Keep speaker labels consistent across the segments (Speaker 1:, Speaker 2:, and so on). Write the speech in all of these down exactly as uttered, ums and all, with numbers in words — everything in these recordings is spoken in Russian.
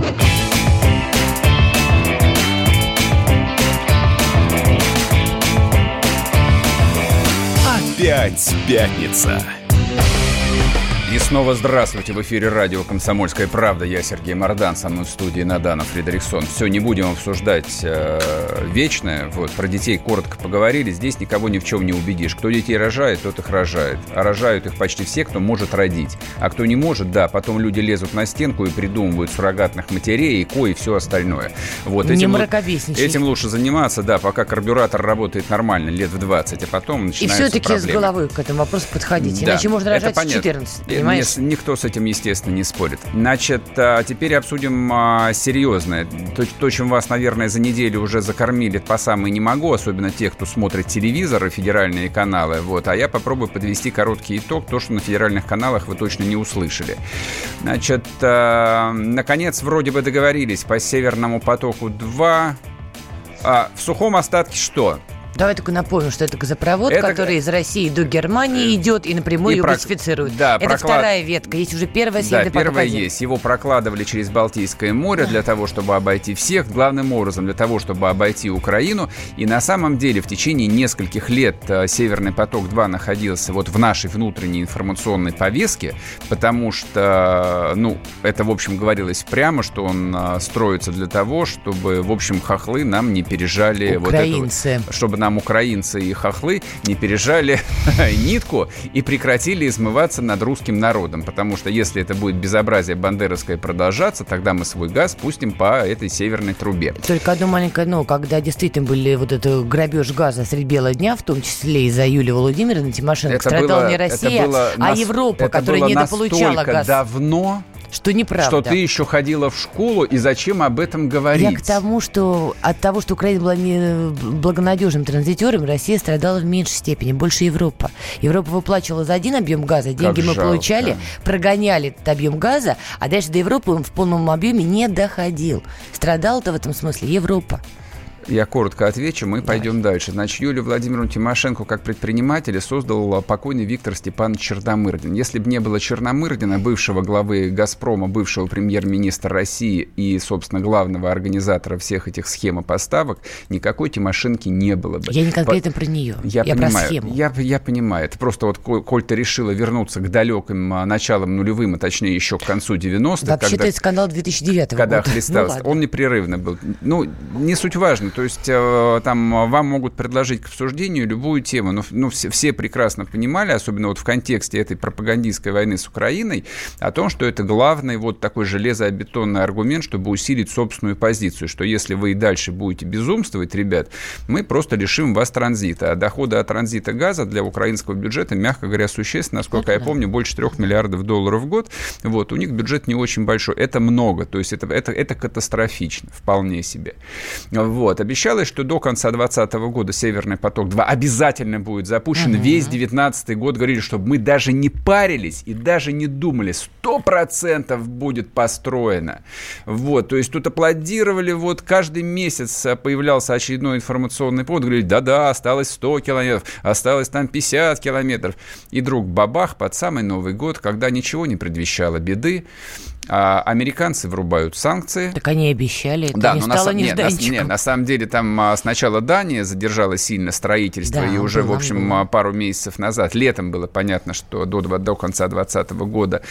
Speaker 1: Опять пятница. И снова здравствуйте. В эфире радио «Комсомольская правда». Я Сергей Мордан, со мной в студии Надана Фредериксон. Все, не будем обсуждать э, вечное. Вот, про детей коротко поговорили. Здесь никого ни в чем не убедишь. Кто детей рожает, тот их рожает. А рожают их почти все, кто может родить. А кто не может, да, потом люди лезут на стенку и придумывают суррогатных матерей, ЭКО и все остальное. Вот,
Speaker 2: не
Speaker 1: этим,
Speaker 2: мракобесничай.
Speaker 1: Этим лучше заниматься, да, пока карбюратор работает нормально, лет в двадцать, а потом начинаются
Speaker 2: И все-таки
Speaker 1: проблемы.
Speaker 2: С головой к этому вопросу подходить.
Speaker 1: Да,
Speaker 2: иначе можно рожать с четырнадцати. Понимаешь?
Speaker 1: Никто с этим, естественно, не спорит. Значит, теперь обсудим серьезное. То, то, чем вас, наверное, за неделю уже закормили по самой не могу, особенно те, кто смотрит телевизор и федеральные каналы. Вот. А я попробую подвести короткий итог, то, что на федеральных каналах вы точно не услышали. Значит, наконец, вроде бы договорились по Северному потоку-два. А в сухом остатке что?
Speaker 2: Давай только напомним, что это газопровод, это... который из России до Германии идет и напрямую и ее про... газифицирует.
Speaker 1: Да,
Speaker 2: это
Speaker 1: проклад...
Speaker 2: вторая ветка. Есть уже первая Северный
Speaker 1: Да, первая
Speaker 2: поток-один.
Speaker 1: есть. Его прокладывали через Балтийское море для того, чтобы обойти всех. Главным образом для того, чтобы обойти Украину. И на самом деле в течение нескольких лет Северный поток-два находился вот в нашей внутренней информационной повестке, потому что, ну, это, в общем, говорилось прямо, что он строится для того, чтобы, в общем, хохлы нам не пережали...
Speaker 2: Украинцы.
Speaker 1: Вот эту, чтобы нам украинцы и хохлы не пережали нитку и прекратили измываться над русским народом. Потому что если это будет безобразие бандеровское продолжаться, тогда мы свой газ пустим по этой северной трубе.
Speaker 2: Только одно маленькое «но». Когда действительно были вот это грабеж газа средь бела дня, в том числе из-за Юлии Владимировны Тимошенко, это страдала было, не Россия, а нас... Европа,
Speaker 1: это
Speaker 2: которая недополучала газ.
Speaker 1: Давно...
Speaker 2: Что неправда.
Speaker 1: Что ты еще ходила в школу, и зачем об этом говорить?
Speaker 2: Я к тому, что от того, что Украина была не благонадежным транзитером, Россия страдала в меньшей степени, больше Европа. Европа выплачивала за один объем газа, деньги мы получали, прогоняли этот объем газа, а дальше до Европы он в полном объеме не доходил. Страдала-то в этом смысле Европа.
Speaker 1: Я коротко отвечу, мы Давай. пойдем дальше. Значит, Юлию Владимировну Тимошенко как предпринимателя создал покойный Виктор Степанович Черномырдин. Если бы не было Черномырдина, бывшего главы «Газпрома», бывшего премьер-министра России и, собственно, главного организатора всех этих схем и поставок, никакой Тимошенки не было бы.
Speaker 2: Я не конкретно По... про нее,
Speaker 1: я, я
Speaker 2: понимаю,
Speaker 1: про
Speaker 2: схему.
Speaker 1: Я, я понимаю. Это просто вот, коль ты решила вернуться к далеким началам нулевым, а точнее еще к концу девяностых.
Speaker 2: Вообще-то
Speaker 1: когда,
Speaker 2: это скандал две тысячи девятого
Speaker 1: когда
Speaker 2: года.
Speaker 1: хлестался.
Speaker 2: Ну,
Speaker 1: он непрерывно был. Ну, не суть важно. То есть там вам могут предложить к обсуждению любую тему, но ну, все, все прекрасно понимали, особенно вот в контексте этой пропагандистской войны с Украиной, о том, что это главный вот такой железобетонный аргумент, чтобы усилить собственную позицию, что если вы и дальше будете безумствовать, ребят, мы просто лишим вас транзита. А доходы от транзита газа для украинского бюджета, мягко говоря, существенно, насколько это я помню, больше трех миллиардов долларов в год. Вот, у них бюджет не очень большой. Это много, то есть это, это, это катастрофично, вполне себе. Вот, обещалось, что до конца двадцатого года Северный поток-два обязательно будет запущен. Uh-huh. Весь девятнадцатый год говорили, чтобы мы даже не парились и даже не думали. Сто процентов будет построено. Вот, то есть тут аплодировали. Вот каждый месяц появлялся очередной информационный повод. Говорили, да-да, осталось сто километров, осталось там пятьдесят километров. И вдруг бабах под самый Новый год, когда ничего не предвещало беды, а американцы врубают санкции.
Speaker 2: Так они обещали, это
Speaker 1: да,
Speaker 2: не
Speaker 1: но
Speaker 2: стало
Speaker 1: на,
Speaker 2: нежданчиком.
Speaker 1: Нет, нет, на самом деле там а, сначала Дания задержала сильно строительство, да, и уже, было, в общем, было. пару месяцев назад, летом было понятно, что до, до конца двадцатого года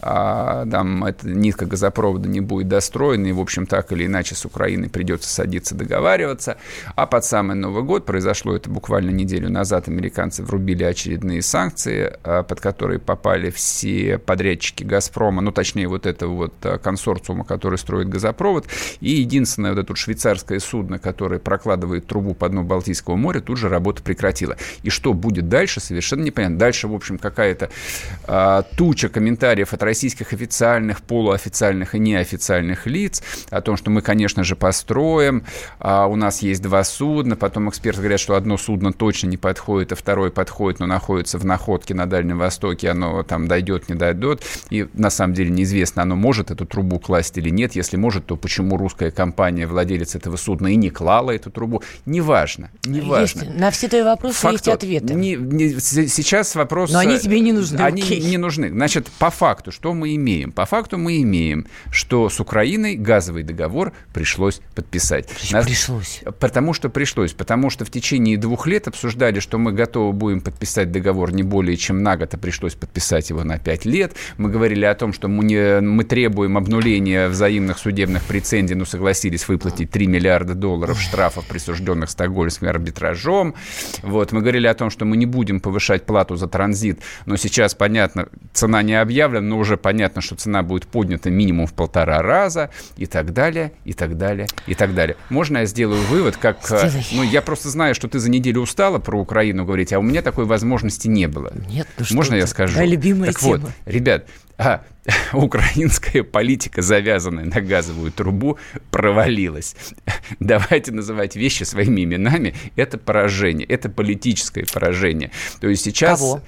Speaker 1: а, там эта нитка газопровода не будет достроена, и, в общем, так или иначе с Украиной придется садиться договариваться. А под самый Новый год, произошло это буквально неделю назад, американцы врубили очередные санкции, а, под которые попали все подрядчики «Газпрома», ну, точнее, вот это вот консорциума, который строит газопровод, и единственное вот это вот швейцарское судно, которое прокладывает трубу по дну Балтийского моря, тут же работу прекратило. И что будет дальше, совершенно непонятно. Дальше, в общем, какая-то а, туча комментариев от российских официальных, полуофициальных и неофициальных лиц о том, что мы, конечно же, построим, а у нас есть два судна, потом эксперты говорят, что одно судно точно не подходит, а второе подходит, но находится в находке на Дальнем Востоке, оно там дойдет, не дойдет, и на самом деле неизвестно, оно может эту трубу класть или нет. Если может, то почему русская компания, владелец этого судна, и не клала эту трубу. Неважно, неважно.
Speaker 2: Есть, на все твои вопросы Факт, есть ответы.
Speaker 1: Не, не, сейчас вопрос...
Speaker 2: Но они тебе не нужны.
Speaker 1: Они
Speaker 2: окей.
Speaker 1: не нужны. Значит, по факту, что мы имеем? По факту мы имеем, что с Украиной газовый договор пришлось подписать.
Speaker 2: Нас... Пришлось.
Speaker 1: Потому что пришлось. Потому что в течение двух лет обсуждали, что мы готовы будем подписать договор не более чем на год, а пришлось подписать его на пять лет. Мы говорили о том, что мы, не, мы требуем обнуления взаимных судебных претензий, но согласились выплатить три миллиарда долларов штрафов, присужденных Стокгольмским арбитражом. Вот. Мы говорили о том, что мы не будем повышать плату за транзит, но сейчас, понятно, цена не объявлена, но уже понятно, что цена будет поднята минимум в полтора раза и так далее, и так далее, и так далее. Можно я сделаю вывод, как...
Speaker 2: Сделай.
Speaker 1: Ну, я просто знаю, что ты за неделю устала про Украину говорить, а у меня такой возможности не было.
Speaker 2: Нет, ну что
Speaker 1: Можно
Speaker 2: ты?
Speaker 1: я скажу?
Speaker 2: Моя любимая
Speaker 1: так
Speaker 2: тема.
Speaker 1: Вот, ребят, а, украинская политика, завязанная на газовую трубу, провалилась. Давайте называть вещи своими именами. Это поражение, это политическое поражение. То есть сейчас...
Speaker 2: Кого?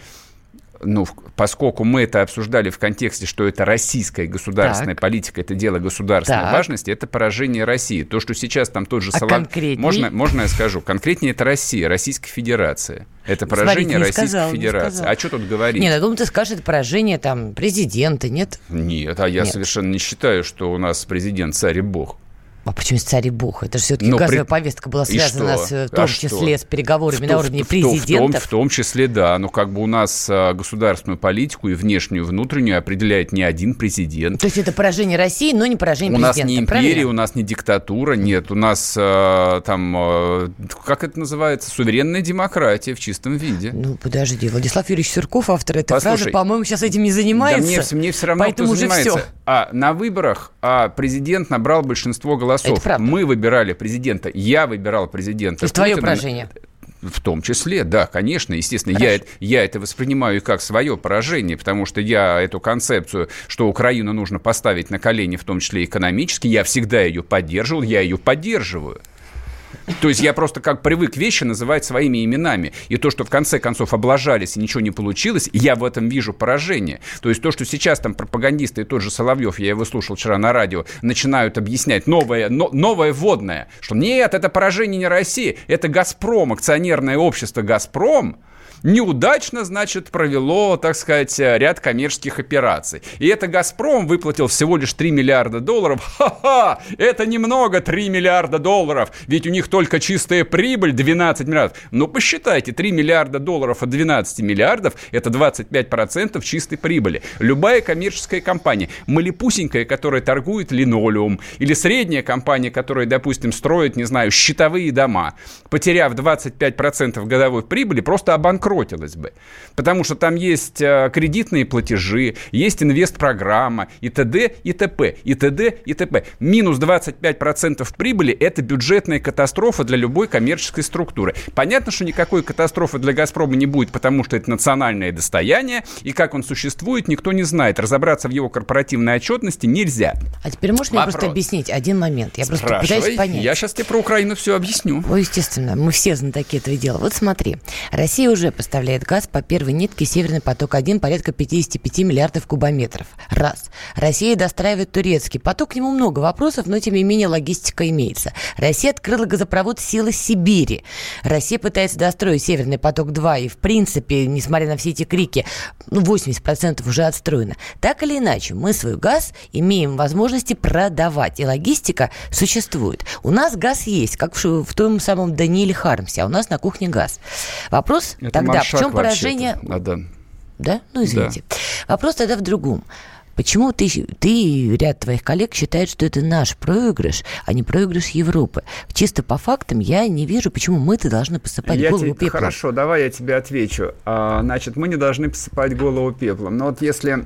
Speaker 1: Ну, поскольку мы это обсуждали в контексте, что это российская государственная так. политика, это дело государственной так. важности, это поражение России. То, что сейчас там тот же
Speaker 2: а
Speaker 1: Соловьев... Можно, можно я скажу? Конкретнее это Россия, Российская Федерация. Это поражение
Speaker 2: Смотрите,
Speaker 1: Российской
Speaker 2: сказал,
Speaker 1: Федерации. А что тут говорить?
Speaker 2: Нет, я думаю, ты скажешь, это поражение там президента, нет?
Speaker 1: Нет, а я
Speaker 2: нет.
Speaker 1: совершенно не считаю, что у нас президент царь и бог.
Speaker 2: А почему царь и бог? Это же все-таки
Speaker 1: Но
Speaker 2: газовая
Speaker 1: при...
Speaker 2: повестка была связана с, в том
Speaker 1: а
Speaker 2: числе
Speaker 1: что?
Speaker 2: с переговорами
Speaker 1: в
Speaker 2: на
Speaker 1: то,
Speaker 2: уровне
Speaker 1: в,
Speaker 2: президентов.
Speaker 1: В том, в том числе, да. Но как бы у нас а, государственную политику и внешнюю, и внутреннюю определяет не один президент.
Speaker 2: То есть это поражение России, но не поражение
Speaker 1: у
Speaker 2: президента.
Speaker 1: У нас не империя, правильно? У нас не диктатура, нет. У нас а, там, а, как это называется, суверенная демократия в чистом виде.
Speaker 2: Ну, подожди. Владислав Юрьевич Сурков, автор этой
Speaker 1: Послушай,
Speaker 2: фразы, по-моему, сейчас этим не занимается.
Speaker 1: Да мне, мне все равно,
Speaker 2: поэтому
Speaker 1: кто
Speaker 2: уже
Speaker 1: занимается.
Speaker 2: Все.
Speaker 1: А на выборах а, президент набрал большинство голосов.
Speaker 2: Это правда.
Speaker 1: Мы выбирали президента, я выбирал президента.
Speaker 2: То есть твое поражение?
Speaker 1: В том числе, да, конечно, естественно. Я, я это воспринимаю как свое поражение, потому что я эту концепцию, что Украину нужно поставить на колени, в том числе экономически, я всегда ее поддерживал, я ее поддерживаю. То есть я просто как привык вещи называть своими именами. И то, что в конце концов облажались и ничего не получилось, я в этом вижу поражение. То есть то, что сейчас там пропагандисты и тот же Соловьев, я его слушал вчера на радио, начинают объяснять новое, но, новое вводное, что нет, это поражение не России, это «Газпром», акционерное общество «Газпром», неудачно, значит, провело, так сказать, ряд коммерческих операций. И это «Газпром» выплатил всего лишь три миллиарда долларов. Ха-ха! Это немного три миллиарда долларов, ведь у них только чистая прибыль двенадцать миллиардов. Ну, посчитайте, три миллиарда долларов от двенадцати миллиардов – это двадцать пять процентов чистой прибыли. Любая коммерческая компания, малепусенькая, которая торгует линолеум, или средняя компания, которая, допустим, строит, не знаю, щитовые дома, потеряв двадцать пять процентов годовой прибыли, просто обанкротилась бы. Потому что там есть э, кредитные платежи, есть инвестпрограмма и т.д. и т.п. и т.д. и т.п. Минус двадцать пять процентов прибыли – это бюджетная катастрофа для любой коммерческой структуры. Понятно, что никакой катастрофы для «Газпрома» не будет, потому что это национальное достояние, и как он существует, никто не знает. Разобраться в его корпоративной отчетности нельзя.
Speaker 2: А теперь можешь мне просто объяснить один момент? Я просто
Speaker 1: Спрашивай,
Speaker 2: пытаюсь понять.
Speaker 1: Я сейчас тебе про Украину все объясню.
Speaker 2: Ну, естественно, мы все знатоки этого дела. Вот смотри, Россия уже поставляет газ по первой нитке «Северный поток-один» порядка пятьдесят пять миллиардов кубометров. Раз. Россия достраивает турецкий поток. К нему много вопросов, но тем не менее логистика имеется. Россия открыла газопровод «Сила Сибири». Россия пытается достроить «Северный поток-два». И, в принципе, несмотря на все эти крики, ну, восемьдесят процентов уже отстроено. Так или иначе, мы свой газ имеем возможности продавать. И логистика существует. У нас газ есть, как в, в том самом Данииле Хармсе. А у нас на кухне газ. Вопрос
Speaker 1: это
Speaker 2: тогда, в чем поражение...
Speaker 1: Да?
Speaker 2: да? Ну, извините. Да. Вопрос тогда в другом. Почему ты, ты и ряд твоих коллег считают, что это наш проигрыш, а не проигрыш Европы? Чисто по фактам я не вижу, почему мы-то должны посыпать
Speaker 1: я
Speaker 2: голову
Speaker 1: тебе,
Speaker 2: пеплом.
Speaker 1: Хорошо, давай я тебе отвечу. А, значит, мы не должны посыпать голову пеплом. Но вот если...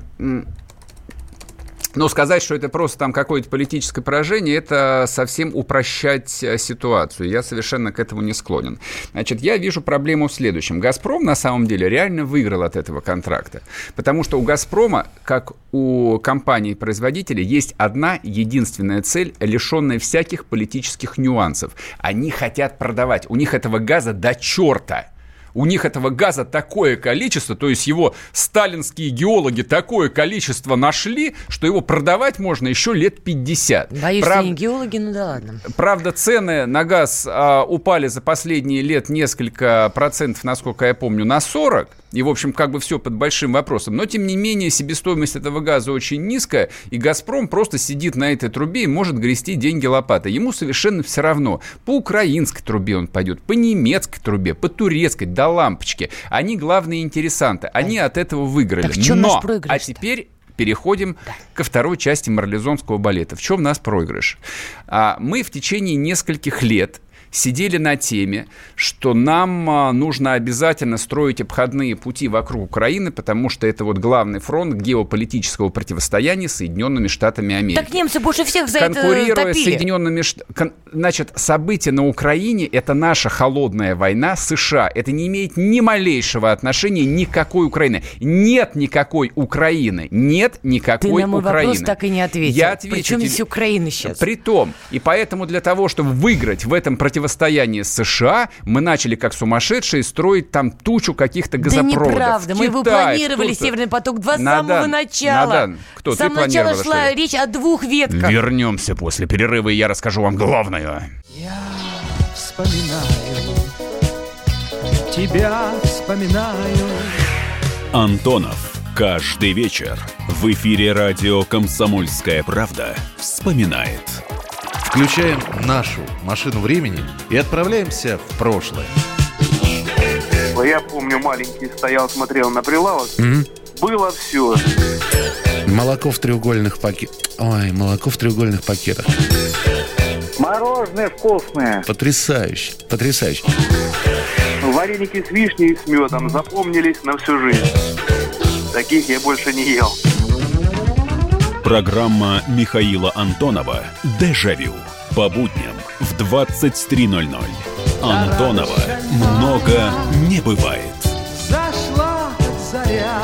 Speaker 1: Но сказать, что это просто там какое-то политическое поражение, это совсем упрощать ситуацию. Я совершенно к этому не склонен. Значит, я вижу проблему в следующем. «Газпром» на самом деле реально выиграл от этого контракта. Потому что у «Газпрома», как у компаний-производителей, есть одна единственная цель, лишенная всяких политических нюансов. Они хотят продавать. У них этого газа до черта. У них этого газа такое количество, то есть его сталинские геологи такое количество нашли, что его продавать можно еще лет пятьдесят.
Speaker 2: Боюсь, Прав... что не геологи, ну да ладно.
Speaker 1: Правда, цены на газ а, упали за последние лет несколько процентов, насколько я помню, на сорок. И, в общем, как бы все под большим вопросом. Но, тем не менее, себестоимость этого газа очень низкая, и «Газпром» просто сидит на этой трубе и может грести деньги лопатой. Ему совершенно все равно. По украинской трубе он пойдет, по немецкой трубе, по турецкой, до лампочки. Они главные интересанты. Они от этого выиграли.
Speaker 2: Так что
Speaker 1: Но,
Speaker 2: наш проигрыш-то?
Speaker 1: А теперь... Переходим да. ко второй части марлезонского балета. В чем нас проигрыш? А, мы в течение нескольких лет сидели на теме, что нам а, нужно обязательно строить обходные пути вокруг Украины, потому что это вот главный фронт геополитического противостояния с Соединенными Штатами Америки.
Speaker 2: Так немцы больше всех за это
Speaker 1: Конкурируя
Speaker 2: топили.
Speaker 1: с Соединенными Штатами... Значит, события на Украине – это наша холодная война с США. Это не имеет ни малейшего отношения никакой Украины. Нет никакой Украины. Нет никакой Украины. Ты на мой
Speaker 2: Украины. Вопрос так и не ответил.
Speaker 1: Я отвечу.
Speaker 2: Причем здесь Украина сейчас?
Speaker 1: Притом. И поэтому для того, чтобы выиграть в этом противостоянии с США, мы начали как сумасшедшие строить там тучу каких-то газопроводов.
Speaker 2: Да неправда. Мы его планировали, Северный поток-два, с самого начала.
Speaker 1: Надан. Кто?
Speaker 2: С самого начала шла речь о двух ветках.
Speaker 1: Вернемся после перерыва, и я расскажу вам главное.
Speaker 3: Я вспоминаю, тебя вспоминаю.
Speaker 4: Антонов. Каждый вечер в эфире радио «Комсомольская правда» вспоминает.
Speaker 5: Включаем нашу машину времени и отправляемся в прошлое.
Speaker 6: Я помню, маленький стоял, смотрел на прилавок. Mm-hmm. Было все.
Speaker 5: Молоко в треугольных пакетах. Ой, молоко в треугольных пакетах.
Speaker 6: Мороженое вкусное.
Speaker 5: Потрясающе, потрясающе.
Speaker 6: Вареники с вишней и с медом запомнились на всю жизнь. Таких я больше не ел.
Speaker 4: Программа Михаила Антонова «Дежавю». По будням в двадцать три ноль ноль. Антонова много не бывает.
Speaker 3: Зашла заря.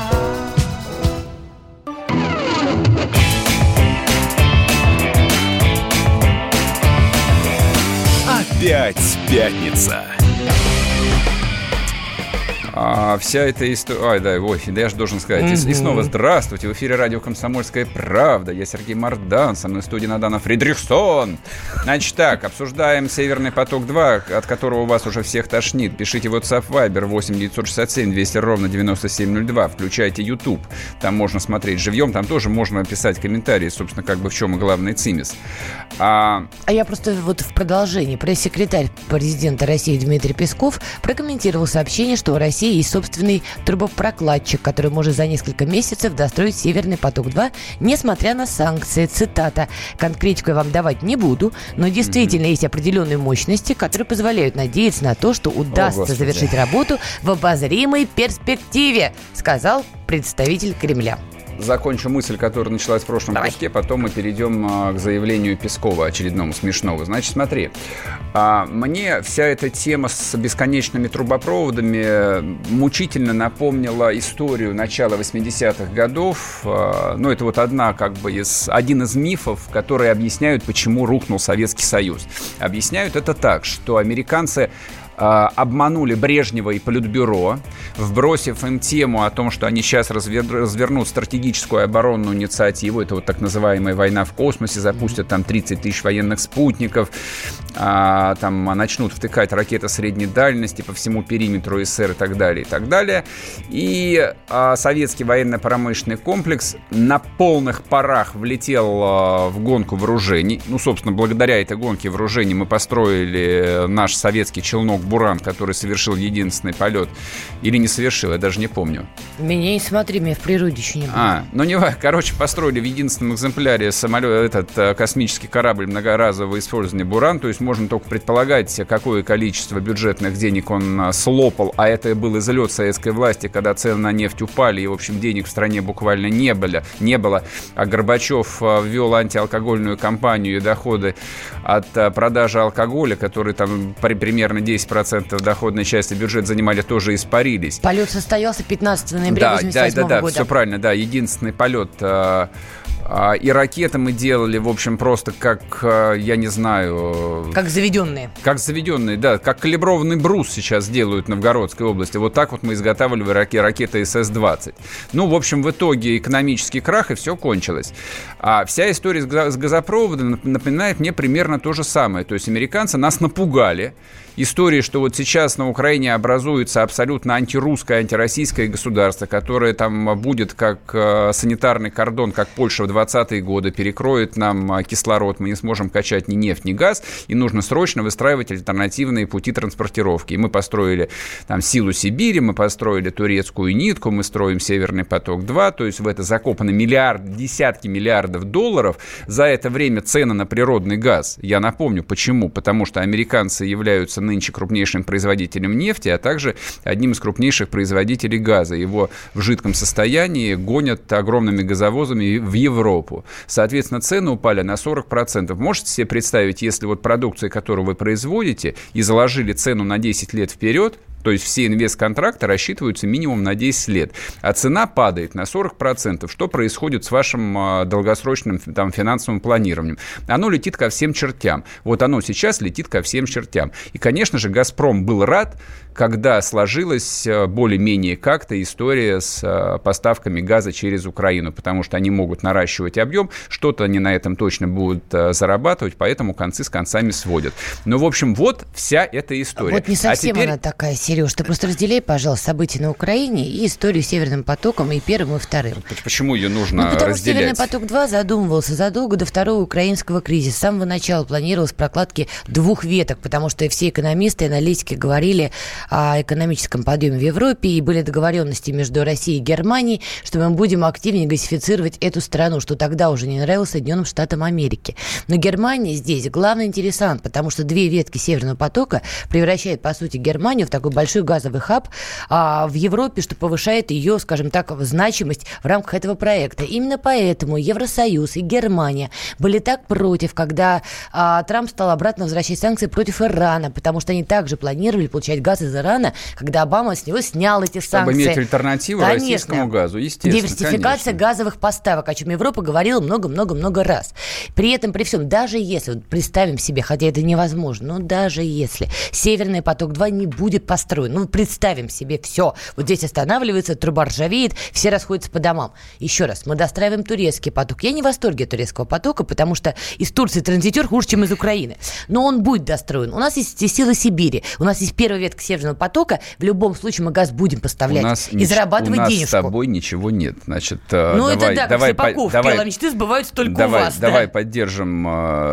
Speaker 4: Опять пятница.
Speaker 1: А, вся эта история... Ой, да, ой, да я же должен сказать. Mm-hmm. И, и снова здравствуйте. В эфире радио «Комсомольская правда». Я Сергей Мардан. Со мной в студии Надана Фридрихсон. Значит так, обсуждаем «Северный поток-два», от которого вас уже всех тошнит. Пишите WhatsApp Viber восемь девятьсот шестьдесят семь двести ровно девяносто семь ноль два. Включайте YouTube. Там можно смотреть живьем. Там тоже можно писать комментарии, собственно, как бы в чем и главный цимис. А...
Speaker 2: а я просто вот в продолжении. Пресс-секретарь президента России Дмитрий Песков прокомментировал сообщение, что у России есть собственный трубопрокладчик, который может за несколько месяцев достроить «Северный поток-два», несмотря на санкции. Цитата. «Конкретику я вам давать не буду, но действительно mm-hmm. есть определенные мощности, которые позволяют надеяться на то, что удастся О, завершить работу в обозримой перспективе», сказал представитель Кремля.
Speaker 1: Закончу мысль, которая началась в прошлом Давай. куске, потом мы перейдем а, к заявлению Пескова, очередному смешного. Значит, смотри, а, мне вся эта тема с бесконечными трубопроводами мучительно напомнила историю начала восьмидесятых годов. А, ну, это вот одна, как бы, из, один из мифов, которые объясняют, почему рухнул Советский Союз. Объясняют это так, что американцы обманули Брежнева и Политбюро, вбросив им тему о том, что они сейчас развер... развернут стратегическую оборонную инициативу. Это вот так называемая война в космосе, запустят там тридцать тысяч военных спутников, а, там начнут втыкать ракеты средней дальности по всему периметру СССР и так далее, и так далее. И а, советский военно-промышленный комплекс на полных парах влетел а, в гонку вооружений. Ну, собственно, благодаря этой гонке вооружений мы построили наш советский челнок «Буран», который совершил единственный полет. Или не совершил, я даже не помню.
Speaker 2: Меня не смотри, меня в природе еще не было.
Speaker 1: А, ну не важно. Короче, построили в единственном экземпляре самолет, этот космический корабль многоразового использования «Буран». То есть можно только предполагать, какое количество бюджетных денег он слопал. А это был излет советской власти, когда цены на нефть упали. И, в общем, денег в стране буквально не было. Не было. А Горбачев ввел антиалкогольную кампанию, и доходы от продажи алкоголя, которые там примерно десять процентов доходной части бюджета занимали, тоже испарились.
Speaker 2: Полет состоялся пятнадцатого ноября
Speaker 1: да,
Speaker 2: восемьдесят восьмого
Speaker 1: да, да, да,
Speaker 2: года.
Speaker 1: Все правильно, да. Единственный полет э, И ракеты мы делали, в общем, просто как, я не знаю...
Speaker 2: Как заведенные.
Speaker 1: Как заведенные, да. Как калиброванный брус сейчас делают в Новгородской области. Вот так вот мы изготавливали ракеты эс эс двадцать. Ну, в общем, в итоге экономический крах, и все кончилось. А вся история с газопроводом напоминает мне примерно то же самое. То есть американцы нас напугали. История, что вот сейчас на Украине образуется абсолютно антирусское, антироссийское государство, которое там будет как э, санитарный кордон, как Польша в двадцатые годы, перекроет нам э, кислород, мы не сможем качать ни нефть, ни газ, и нужно срочно выстраивать альтернативные пути транспортировки. И мы построили там Силу Сибири, мы построили турецкую нитку, мы строим Северный поток-два, то есть в это закопаны миллиарды, десятки миллиардов долларов. За это время цены на природный газ, я напомню, почему? Потому что американцы являются нынче крупнейшим производителем нефти, а также одним из крупнейших производителей газа. Его в жидком состоянии гонят огромными газовозами в Европу. Соответственно, цены упали на сорок процентов. Можете себе представить, если вот продукция, которую вы производите, и заложили цену на десять лет вперед, то есть все инвестконтракты рассчитываются минимум на десять лет, а цена падает на сорок процентов. Что происходит с вашим э, долгосрочным там, финансовым планированием? Оно летит ко всем чертям. Вот оно сейчас летит ко всем чертям. И, конечно же, «Газпром» был рад, когда сложилась более-менее как-то история с э, поставками газа через Украину, потому что они могут наращивать объем, что-то они на этом точно будут э, зарабатывать, поэтому концы с концами сводят. Ну, в общем, вот вся эта история.
Speaker 2: Вот не совсем
Speaker 1: а теперь...
Speaker 2: она такая, Сереж, ты просто разделяй, пожалуйста, события на Украине и историю с Северным потоком, и первым, и вторым.
Speaker 1: Почему ее нужно
Speaker 2: ну, потому
Speaker 1: разделять?
Speaker 2: Потому что Северный поток-два задумывался задолго до второго украинского кризиса. С самого начала планировалось прокладки двух веток, потому что все экономисты и аналитики говорили о экономическом подъеме в Европе, и были договоренности между Россией и Германией, что мы будем активнее газифицировать эту страну, что тогда уже не нравилось Соединенным Штатам Америки. Но Германия здесь главный интересант, потому что две ветки Северного потока превращают, по сути, Германию в такой большой газовый хаб а, в Европе, что повышает ее, скажем так, значимость в рамках этого проекта. Именно поэтому Евросоюз и Германия были так против, когда а, Трамп стал обратно возвращать санкции против Ирана, потому что они также планировали получать газ из Ирана, когда Обама с него снял эти санкции.
Speaker 1: Чтобы иметь альтернативу конечно. Российскому газу, естественно.
Speaker 2: Диверсификация конечно. газовых поставок, о чем Европа говорила много-много-много раз. При этом, при всем, даже если, вот представим себе, хотя это невозможно, но даже если Северный поток-два не будет построен, ну, представим себе все, вот здесь останавливается, труба ржавеет, все расходятся по домам. Еще раз, мы достраиваем турецкий поток. Я не в восторге от турецкого потока, потому что из Турции транзитер хуже, чем из Украины. Но он будет достроен. У нас есть Сила Сибири, у нас есть первая ветка Северного потока. В любом случае мы газ будем поставлять
Speaker 1: у нас
Speaker 2: и зарабатывать
Speaker 1: денежку. У нас
Speaker 2: денежку.
Speaker 1: с тобой ничего нет. Значит,
Speaker 2: ну,
Speaker 1: давай,
Speaker 2: это да,
Speaker 1: давай,
Speaker 2: как Слепаков.
Speaker 1: Давай,
Speaker 2: Пела, мечты сбываются только
Speaker 1: давай,
Speaker 2: у вас.
Speaker 1: Давай
Speaker 2: да?
Speaker 1: поддержим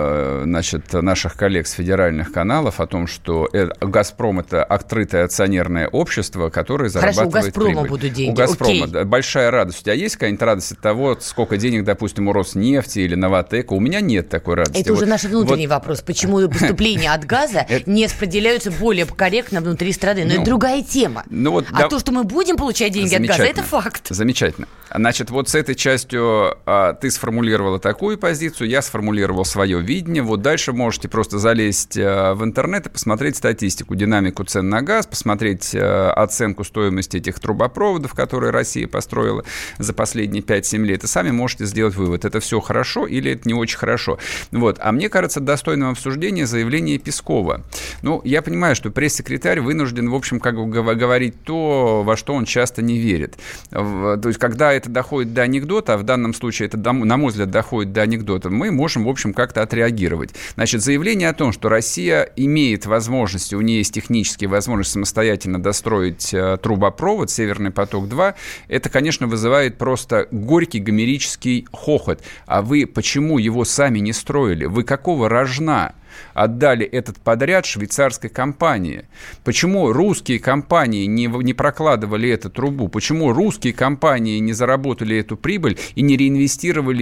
Speaker 1: значит, наших коллег с федеральных каналов о том, что «Газпром» — это открытое акционерное общество, которое зарабатывает
Speaker 2: Хорошо, у «Газпрома»
Speaker 1: прибыль.
Speaker 2: будут деньги.
Speaker 1: У «Газпрома»
Speaker 2: Окей.
Speaker 1: большая радость. У тебя есть какая-нибудь радость от того, сколько денег, допустим, у Роснефти или Новатэка? У меня нет такой радости.
Speaker 2: Это вот, уже наш внутренний
Speaker 1: вот...
Speaker 2: вопрос. Почему поступления от газа не распределяются более корректно внутри страны? Но это другая тема. А то, что мы будем получать деньги от газа, это факт.
Speaker 1: Замечательно. Значит, вот с этой частью а, ты сформулировала такую позицию, я сформулировал свое видение. Вот дальше можете просто залезть а, в интернет и посмотреть статистику, динамику цен на газ, посмотреть а, оценку стоимости этих трубопроводов, которые Россия построила за последние пять-семь лет. И сами можете сделать вывод, это все хорошо или это не очень хорошо. Вот. А мне кажется, достойным обсуждения заявление Пескова. Ну, я понимаю, что пресс-секретарь вынужден, в общем, как бы говорить то, во что он часто не верит. То есть, когда это доходит до анекдота, а в данном случае это, на мой взгляд, доходит до анекдота, мы можем, в общем, как-то отреагировать. Значит, заявление о том, что Россия имеет возможности, у нее есть технические возможности самостоятельно достроить э, трубопровод «Северный поток-два», это, конечно, вызывает просто горький гомерический хохот. А вы почему его сами не строили? Вы какого рожна отдали этот подряд швейцарской компании? Почему русские компании не, не прокладывали эту трубу? Почему русские компании не заработали эту прибыль и не реинвестировали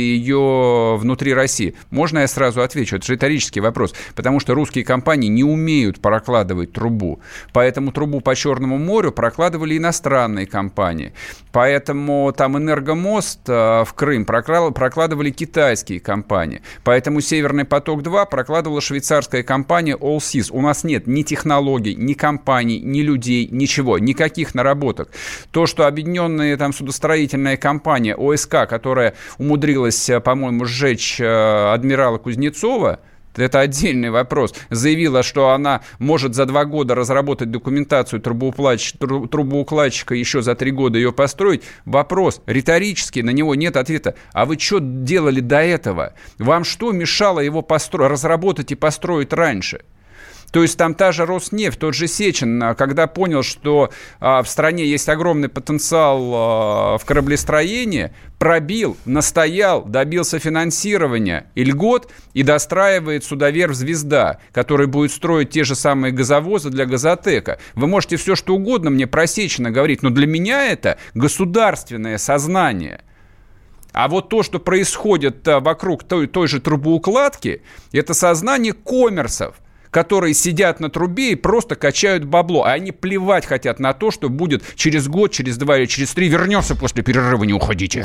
Speaker 1: ее внутри России? Можно я сразу отвечу? Это же риторический вопрос. Потому что русские компании не умеют прокладывать трубу. Поэтому трубу по Черному морю прокладывали иностранные компании. Поэтому там энергомост в Крым прокладывали китайские компании. Поэтому «Северный поток-два» прокладывала швейцарская швейцарская компания Allseas. У нас нет ни технологий, ни компаний, ни людей, ничего, никаких наработок. То, что объединенная там судостроительная компания ОСК, которая умудрилась, по-моему, сжечь адмирала Кузнецова, это отдельный вопрос, заявила, что она может за два года разработать документацию трубоукладчика, еще за три года ее построить. Вопрос риторический, на него нет ответа. А вы что делали до этого? Вам что мешало его постро- разработать и построить раньше? То есть там та же Роснефть, тот же Сечин, когда понял, что а, в стране есть огромный потенциал а, в кораблестроении, пробил, настоял, добился финансирования и льгот и достраивает судоверфь «Звезда», который будет строить те же самые газовозы для Газотека. Вы можете все что угодно мне про Сечина говорить, но для меня это государственное сознание. А вот то, что происходит вокруг той, той же трубоукладки, это сознание коммерсов, которые сидят на трубе и просто качают бабло. А они плевать хотят на то, что будет через год, через два или через три. Вернемся после перерыва, не уходите.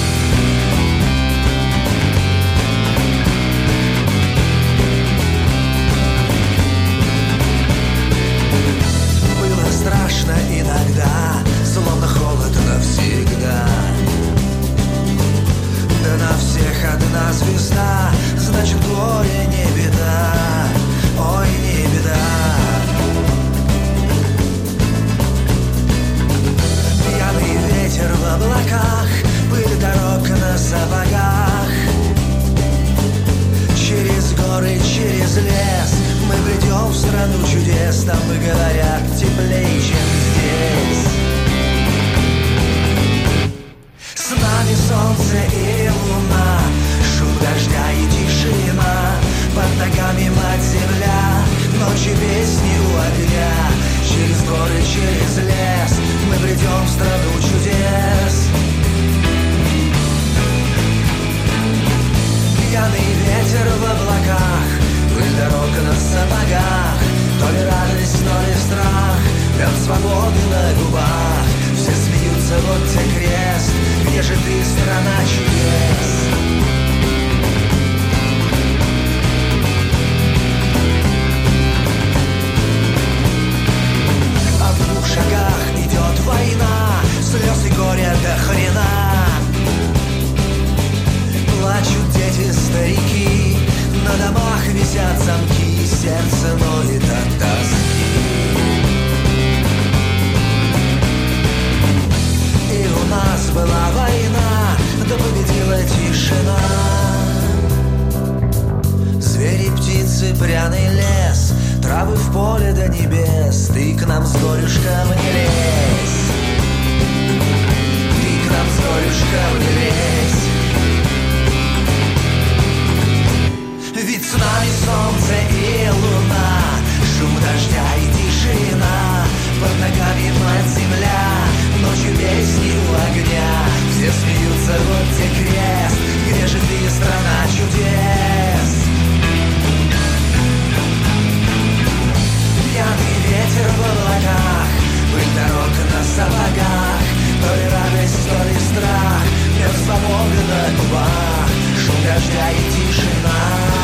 Speaker 3: Было страшно иногда, словно холод навсегда. Да на всех одна звезда, значит горе не беда. Ой, не беда. Пьяный ветер в облаках, пыль дорог на сапогах. Через горы, через лес мы придем в страну чудес. Там, говорят, теплее, чем здесь. С нами солнце и луна, шум дождя и тишина. Под ногами мать земля, ночи песни у огня. Через горы, через лес мы придем в страну чудес. Пьяный ветер в облаках, пыль дорог на сапогах. То ли радость, то ли страх, мед свободы на губах. Все смеются, вот те крест, где же ты, страна чудес? В шагах идет война, слез и горя до хрена. Плачут дети, старики, на домах висят замки, сердце ноет от тоски. И у нас была война, да победила тишина. Звери, птицы, пряный лес, травы в поле до небес. Ты к нам с горюшком не лезь. Ты к нам с горюшком не лезь. Ведь с нами солнце и луна, шум дождя и тишина. Под ногами мать земля, ночью песни у огня. Все смеются, вот те крест, где же ты, страна чудес? Пьяный ветер в облаках, пыль дорог на сапогах. То ли радость, то ли страх, мир свободы на губах. Шум дождя и тишина.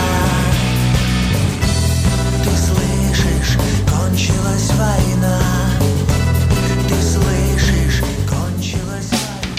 Speaker 3: Ты слышишь, кончилась война. Ты слышишь, кончилась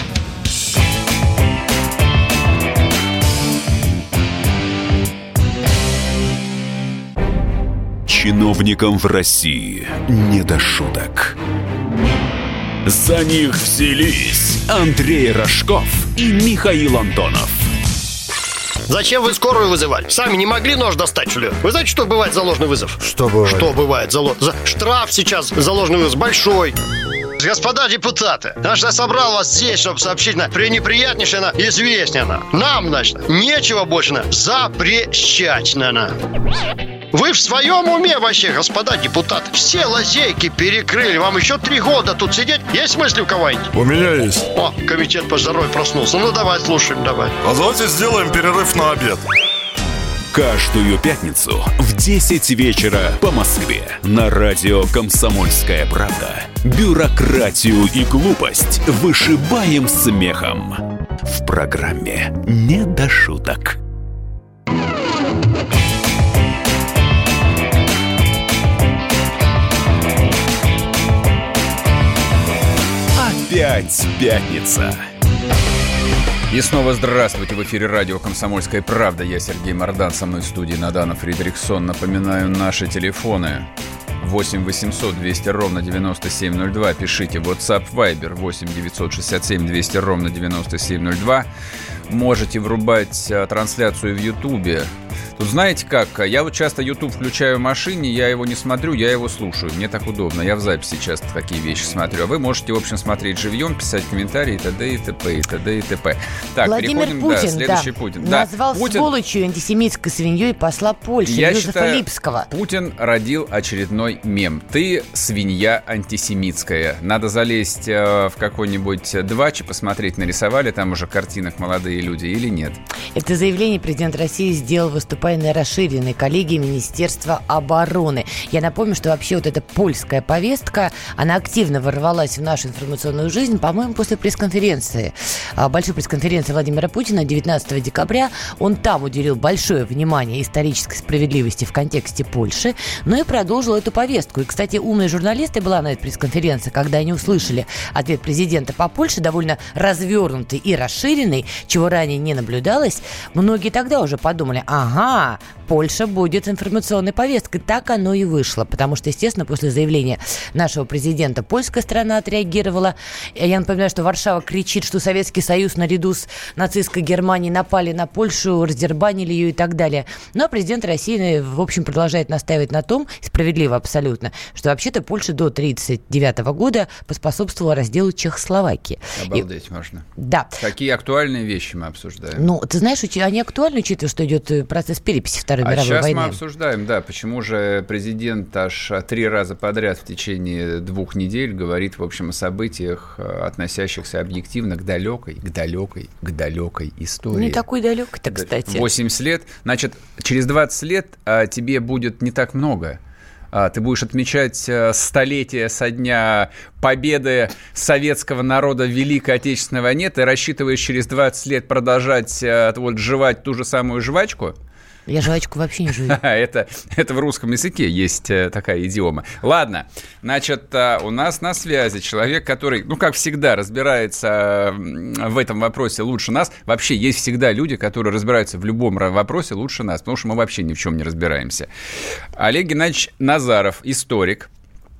Speaker 3: война.
Speaker 4: Чиновникам в России не до шуток. За них взялись Андрей Рожков и Михаил Антонов.
Speaker 7: Зачем вы скорую вызывали? Сами не могли нож достать, что ли? Вы знаете, что бывает за ложный вызов?
Speaker 8: Что бывает?
Speaker 7: Что бывает за ложный? За... Штраф сейчас за ложный вызов большой. Господа депутаты, значит, я собрал вас здесь, чтобы сообщить на пренеприятнейшее, на известнее на. Нам, значит, нечего больше на запрещать на. на. Вы в своем уме вообще, господа депутаты? Все лазейки перекрыли. Вам еще три года тут сидеть? Есть мысли у кого-нибудь?
Speaker 8: У меня есть.
Speaker 7: О, комитет по здоровью проснулся. Ну, давай, слушаем, давай.
Speaker 8: А давайте сделаем перерыв на обед.
Speaker 4: Каждую пятницу в десять вечера по Москве на радио «Комсомольская правда». Бюрократию и глупость вышибаем смехом. В программе «Не до шуток». Опять пятница.
Speaker 1: И снова здравствуйте. В эфире радио «Комсомольская правда». Я Сергей Мордан. Со мной в студии Надана Фридрихсон. Напоминаю, наши телефоны восемь восемьсот двести ровно девяносто семь ноль два. Пишите WhatsApp, Viber восемь девятьсот шестьдесят семь двести ровно девяносто семь ноль два. Можете врубать а, трансляцию в Ютубе. Тут знаете как, я вот часто YouTube включаю в машине, я его не смотрю, я его слушаю. Мне так удобно, я в записи часто такие вещи смотрю. А вы можете, в общем, смотреть живьем, писать комментарии и т.д. и т.п. и т.д. и т.п. Так,
Speaker 2: Владимир
Speaker 1: переходим,
Speaker 2: Путин,
Speaker 1: да, следующий
Speaker 2: да,
Speaker 1: Путин. Да,
Speaker 2: назвал
Speaker 1: Путин...
Speaker 2: сволочью антисемитской свиньей посла Польши
Speaker 1: я
Speaker 2: Юзефа
Speaker 1: считаю,
Speaker 2: Липского.
Speaker 1: Путин родил очередной мем. Ты свинья антисемитская. Надо залезть э, в какой-нибудь двач и посмотреть, нарисовали там уже картинок молодые люди или нет.
Speaker 2: Это заявление президент России сделал, выступая на расширенной коллегии Министерства обороны. Я напомню, что вообще вот эта польская повестка, она активно ворвалась в нашу информационную жизнь, по-моему, после пресс-конференции, большой пресс-конференции Владимира Путина девятнадцатого декабря. Он там уделил большое внимание исторической справедливости в контексте Польши, но и продолжил эту повестку. И, кстати, умные журналисты была на этой пресс-конференции, когда они услышали ответ президента по Польше, довольно развернутый и расширенный, чего ранее не наблюдалось. Многие тогда уже подумали, ага, Польша будет информационной повесткой. Так оно и вышло, потому что, естественно, после заявления нашего президента польская страна отреагировала. Я напоминаю, что Варшава кричит, что Советский Союз наряду с нацистской Германией напали на Польшу, раздербанили ее и так далее. Но президент России, в общем, продолжает настаивать на том, справедливо абсолютно, что вообще-то Польша до тысяча девятьсот тридцать девятого года поспособствовала разделу Чехословакии.
Speaker 1: Обалдеть
Speaker 2: и...
Speaker 1: можно.
Speaker 2: Да.
Speaker 1: Какие актуальные вещи мы обсуждаем.
Speaker 2: Ну, ты знаешь, они актуальны, учитывая, что идет процесс переписи Второй
Speaker 1: а
Speaker 2: мировой
Speaker 1: сейчас
Speaker 2: войны.
Speaker 1: Мы обсуждаем, да, почему же президент аж три раза подряд в течение двух недель говорит, в общем, о событиях, относящихся объективно к далекой, к далекой, к далекой истории.
Speaker 2: Не такой далекой-то, кстати.
Speaker 1: восемьдесят лет. Значит, через двадцать лет а, тебе будет не так много. А, ты будешь отмечать а, столетие со дня победы советского народа в Великой Отечественной войне. Ты рассчитываешь через двадцать лет продолжать а, вот, жевать ту же самую жвачку?
Speaker 2: Я жвачку вообще не жую.
Speaker 1: это, это в русском языке есть такая идиома. Ладно, значит, у нас на связи человек, который, ну, как всегда, разбирается в этом вопросе лучше нас. Вообще, есть всегда люди, которые разбираются в любом вопросе лучше нас, потому что мы вообще ни в чем не разбираемся. Олег Геннадьевич Назаров, историк.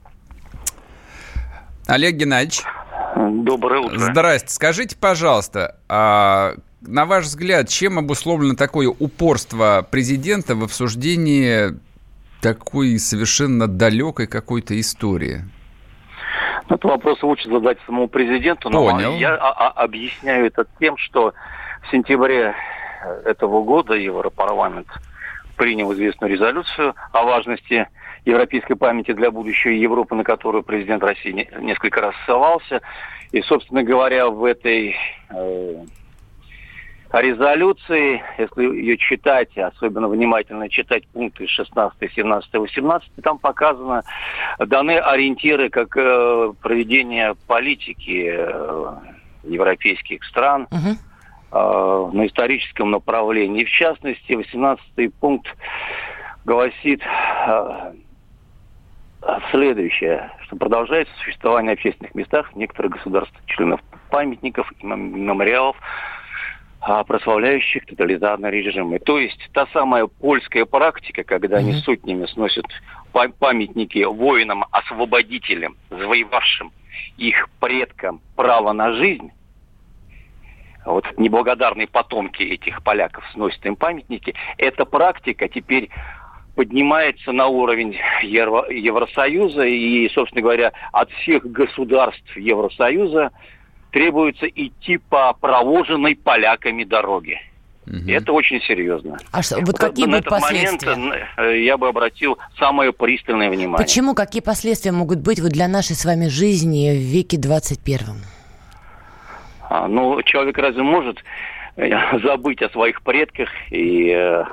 Speaker 1: Олег Геннадьевич.
Speaker 6: Доброе утро.
Speaker 1: Здрасте. Скажите, пожалуйста, а... на ваш взгляд, чем обусловлено такое упорство президента в обсуждении такой совершенно далекой какой-то истории?
Speaker 9: Этот вопрос лучше задать самому президенту, но
Speaker 1: Понял.
Speaker 9: я а- а- объясняю это тем, что в сентябре этого года Европарламент принял известную резолюцию о важности европейской памяти для будущей Европы, на которую президент России не- несколько раз ссылался. И, собственно говоря, в этой... Э- резолюции, если ее читать, особенно внимательно читать пункты шестнадцатый, семнадцатый, восемнадцатый, там показано, даны ориентиры как э, проведение политики э, европейских стран uh-huh. э, на историческом направлении. И в частности, восемнадцатый пункт гласит э, следующее, что продолжается существование в общественных местах в некоторых государствах, членов памятников и мемориалов, прославляющих тоталитарные режимы. То есть та самая польская практика, когда mm-hmm. они сотнями сносят памятники воинам-освободителям, завоевавшим их предкам право на жизнь, вот неблагодарные потомки этих поляков сносят им памятники, эта практика теперь поднимается на уровень Евро- Евросоюза, и, собственно говоря, от всех государств Евросоюза требуется идти по проложенной поляками дороге. Угу. Это очень серьезно.
Speaker 2: А что, вот какие будут последствия?
Speaker 9: На этот момент я бы обратил самое пристальное внимание.
Speaker 2: Почему? Какие последствия могут быть вот для нашей с вами жизни в веке двадцать первом?
Speaker 9: А, ну, человек разве может забыть о своих предках и э,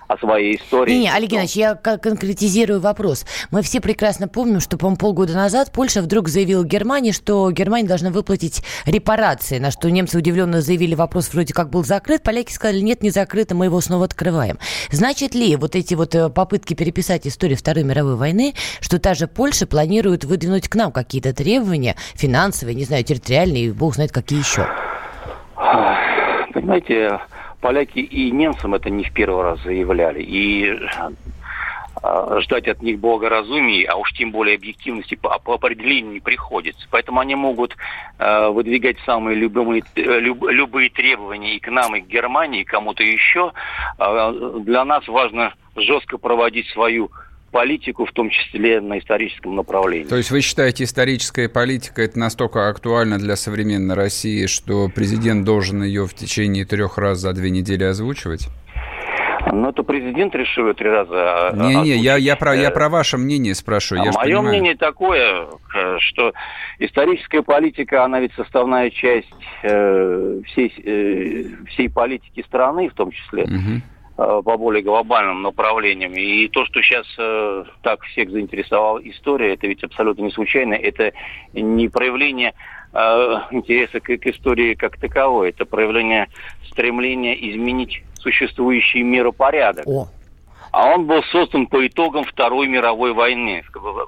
Speaker 9: о своей истории.
Speaker 2: Не, не, Олег Геннадьевич, я конкретизирую вопрос. Мы все прекрасно помним, что, по-моему, полгода назад Польша вдруг заявила Германии, что Германия должна выплатить репарации, на что немцы удивленно заявили, вопрос вроде как был закрыт, поляки сказали, нет, не закрыто, мы его снова открываем. Значит ли вот эти вот попытки переписать историю Второй мировой войны, что та же Польша планирует выдвинуть к нам какие-то требования финансовые, не знаю, территориальные, бог знает какие еще?
Speaker 9: Понимаете, поляки и немцам это не в первый раз заявляли. И ждать от них благоразумия, а уж тем более объективности по, по определению не приходится. Поэтому они могут э, выдвигать самые любые, люб, любые требования и к нам, и к Германии, и кому-то еще. Э, для нас важно жестко проводить свою политику, в том числе на историческом направлении.
Speaker 1: То есть вы считаете, историческая политика это настолько актуальна для современной России, что президент должен ее в течение трех раз за две недели озвучивать?
Speaker 9: Ну, это президент решил три раза.
Speaker 1: Не-не, я, я, про, я про ваше мнение спрашиваю.
Speaker 9: А мое мнение такое, что историческая политика, она ведь составная часть э, всей, э, всей политики страны, в том числе, угу. э, по более глобальным направлениям. И то, что сейчас э, так всех заинтересовала история, это ведь абсолютно не случайно. Это не проявление э, интереса к, к истории как таковой, это проявление стремления изменить существующий миропорядок. О. А он был создан по итогам Второй мировой войны,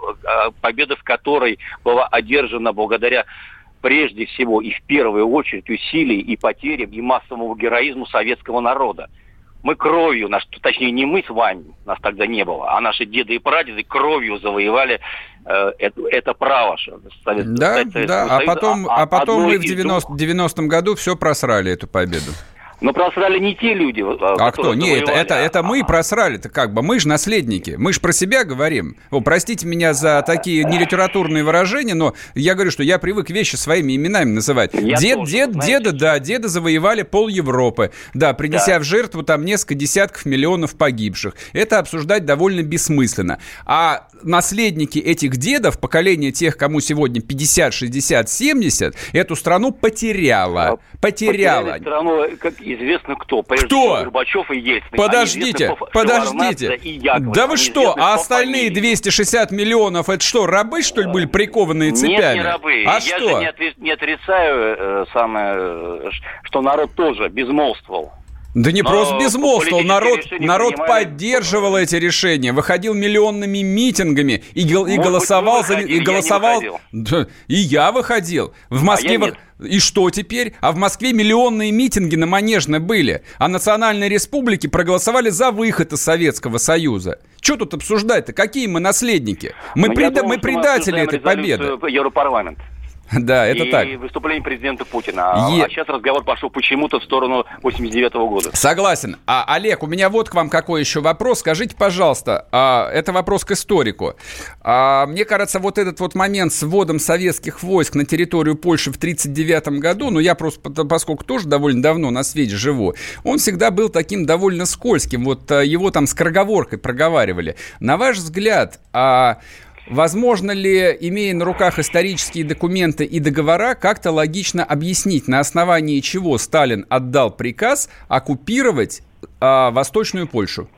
Speaker 9: победа в которой была одержана благодаря прежде всего и в первую очередь усилий и потерям и массовому героизму советского народа. Мы кровью, наш, точнее не мы с вами, нас тогда не было, а наши деды и прадеды кровью завоевали э, это, это право. Совет,
Speaker 1: да,
Speaker 9: Советского
Speaker 1: да,
Speaker 9: Союза.
Speaker 1: а потом, а, а потом мы в девяностом году все просрали эту победу.
Speaker 9: Но просрали не те люди.
Speaker 1: А кто? Нет, это, это, это мы просрали-то как бы. Мы же наследники. Мы же про себя говорим. О, простите меня за такие нелитературные выражения, но я говорю, что я привык вещи своими именами называть. Я дед, тоже, дед, знаете, деда, да, деда завоевали пол Европы. Да, принеся да. в жертву там несколько десятков миллионов погибших. Это обсуждать довольно бессмысленно. А наследники этих дедов, поколение тех, кому сегодня пятьдесят, шестьдесят, семьдесят, эту страну потеряла. Потеряла.
Speaker 9: Потеряли страну, как известно кто. Прежде
Speaker 1: кто?
Speaker 9: Всего, Горбачев и Ельцин.
Speaker 1: Подождите, подождите.
Speaker 9: И Яковлев.
Speaker 1: Да вы что, а остальные двести шестьдесят миллионов, это что, рабы, что ли, были прикованные цепями?
Speaker 9: Нет, не рабы.
Speaker 1: А
Speaker 9: Я
Speaker 1: что?
Speaker 9: же не, отри- не отрицаю, э, самое, что народ тоже безмолвствовал.
Speaker 1: Да не Но просто безмолвствовал, народ, народ поддерживал эти решения, выходил миллионными митингами и, гол, и голосовал за... И голосовал... Я да, и я выходил. В Москве... А в... И что теперь? А в Москве миллионные митинги на Манежной были, а национальные республики проголосовали за выход из Советского Союза. Что тут обсуждать-то? Какие мы наследники? Мы, пред... думал, мы предатели этой победы.
Speaker 9: Европарламент.
Speaker 1: Да, это
Speaker 9: и
Speaker 1: так.
Speaker 9: И выступление президента Путина. А,
Speaker 1: е...
Speaker 9: а сейчас разговор пошел почему-то в сторону восемьдесят девятого года.
Speaker 1: Согласен. А, Олег, у меня вот к вам какой еще вопрос. Скажите, пожалуйста, а, это вопрос к историку. А, мне кажется, вот этот вот момент с вводом советских войск на территорию Польши в тридцать девятом году, ну, я просто, поскольку тоже довольно давно на свете живу, он всегда был таким довольно скользким. Вот его там скороговоркой проговаривали. На ваш взгляд, а... возможно ли, имея на руках исторические документы и договора, как-то логично объяснить, на основании чего Сталин отдал приказ оккупировать а, Восточную Польшу?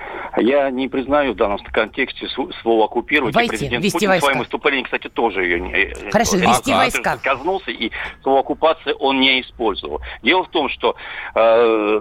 Speaker 9: Я не признаю в данном контексте слово «оккупировать».
Speaker 2: Войти,
Speaker 9: президент
Speaker 2: вести
Speaker 9: Путин
Speaker 2: войска.
Speaker 9: в своем выступлении, кстати, тоже ее не...
Speaker 2: Хорошо, вести а, войска.
Speaker 9: Коснулся, и слово «оккупация» он не использовал. Дело в том, что... Э,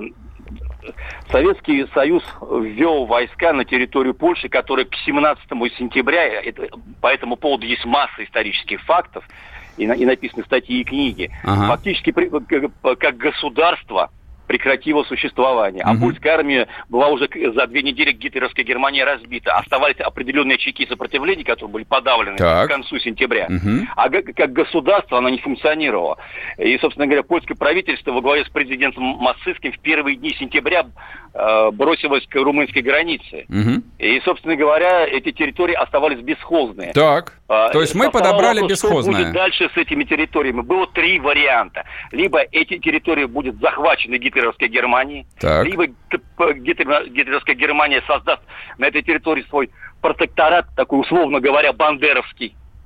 Speaker 9: Советский Союз ввел войска на территорию Польши, которые к семнадцатому сентября, это, по этому поводу есть масса исторических фактов, и, и написаны статьи и книги, ага. фактически как, как государство прекратило существование. А угу. польская армия была уже за две недели гитлеровской Германии разбита. Оставались определенные очаги сопротивления, которые были подавлены так. к концу сентября. Угу. А как государство оно не функционировало. И, собственно говоря, польское правительство во главе с президентом Массыцким в первые дни сентября э, бросилось к румынской границе. Угу. И, собственно говоря, эти территории оставались бесхозные.
Speaker 1: Так, а, то есть мы подобрали вопрос, бесхозное.
Speaker 9: Что будет дальше с этими территориями? Было три варианта. Либо эти территории будут захвачены гитлеровской Германией, так. либо гитлеровская Германия создаст на этой территории свой протекторат, такой, условно говоря, бандеровский.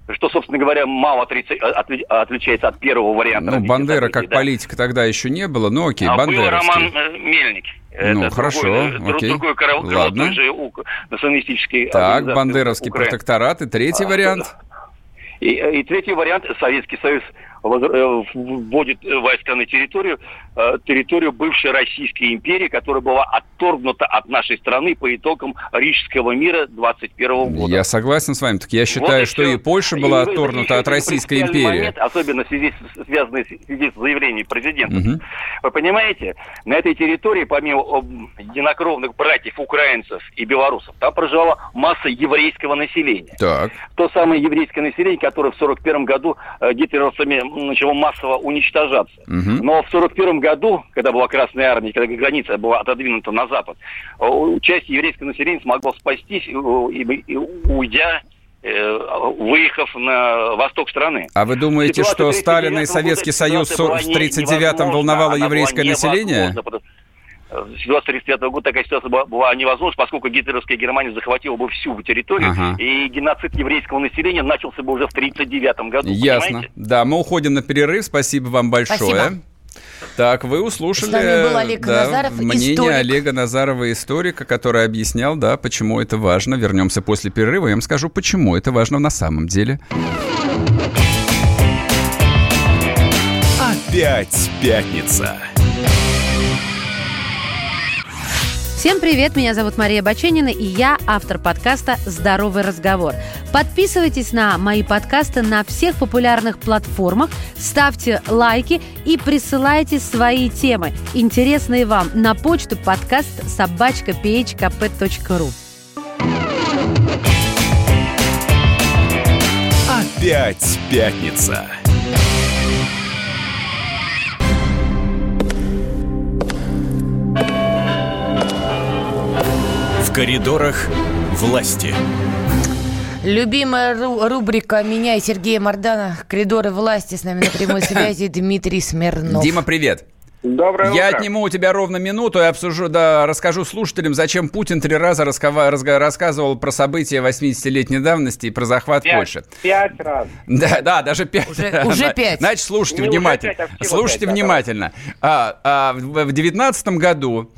Speaker 9: что, собственно говоря, мало отличается от первого варианта.
Speaker 1: Ну, Бандера как да? политика тогда еще не было, но окей,
Speaker 9: а
Speaker 1: Бандеровский.
Speaker 9: Был Роман Мельник.
Speaker 1: Ну,
Speaker 9: это
Speaker 1: хорошо,
Speaker 9: другой,
Speaker 1: окей.
Speaker 9: Другой крыло,
Speaker 1: Ладно.
Speaker 9: Же националистический.
Speaker 1: Так, Бандеровский
Speaker 9: Украины.
Speaker 1: протекторат. И третий а, вариант?
Speaker 9: И, и третий вариант. Советский Союз вводит войска на территорию, территорию бывшей Российской империи, которая была отторгнута от нашей страны по итогам Рижского мира двадцать первого года.
Speaker 1: Я согласен с вами. Так я считаю, вот что и Польша была и отторгнута от Российской империи.
Speaker 9: Момент, особенно в связи, связанный в связи с заявлением президента. Угу. Вы понимаете, на этой территории, помимо единокровных братьев украинцев и белорусов, там проживала масса еврейского населения.
Speaker 1: Так.
Speaker 9: То самое еврейское население, которое в сорок первом году гитлеровцами начало массово уничтожаться. Угу. Но в сорок первом году, когда была Красная Армия, когда граница была отодвинута на запад, часть еврейского населения смогла спастись, уйдя, выехав на восток страны.
Speaker 1: А вы думаете, что Сталин и Советский Союз в тридцать девятом волновало еврейское население?
Speaker 9: С тридцать девятого года такая ситуация была, была невозможна, поскольку гитлеровская Германия захватила бы всю территорию, ага. и геноцид еврейского населения начался бы уже в тридцать девятом году.
Speaker 1: Ясно.
Speaker 9: Понимаете?
Speaker 1: Да, мы уходим на перерыв. Спасибо вам большое.
Speaker 2: Спасибо.
Speaker 1: Так, вы услышали
Speaker 2: С нами был Олег
Speaker 1: да,
Speaker 2: Назаров,
Speaker 1: мнение
Speaker 2: историк.
Speaker 1: Олега Назарова, историка, который объяснял, да, почему это важно. Вернемся после перерыва, я вам скажу, почему это важно на самом деле.
Speaker 4: Опять пятница.
Speaker 10: Всем привет, меня зовут Мария Баченина, и я автор подкаста «Здоровый разговор». Подписывайтесь на мои подкасты на всех популярных платформах, ставьте лайки и присылайте свои темы, интересные вам, на почту подкаст собачка пи эйч ка пэ точка ру.
Speaker 4: Опять пятница. В коридорах власти.
Speaker 2: Любимая ру- рубрика меня и Сергея Мардана «Коридоры власти». С нами на прямой связи Дмитрий Смирнов.
Speaker 1: Дима, привет.
Speaker 6: Доброе
Speaker 1: Я
Speaker 6: утро.
Speaker 1: отниму у тебя ровно минуту и обсужу, да, расскажу слушателям, зачем Путин три раза раскова- разга- рассказывал про события восьмидесятилетней давности и про захват
Speaker 6: пять,
Speaker 1: Польши.
Speaker 6: Пять раз.
Speaker 1: Да, да, даже пять.
Speaker 2: Уже, уже пять.
Speaker 1: Значит, слушайте
Speaker 6: Не
Speaker 1: внимательно.
Speaker 6: уже пять, а всего
Speaker 1: Слушайте
Speaker 6: пять, да,
Speaker 1: внимательно. А, а, в девятнадцатом году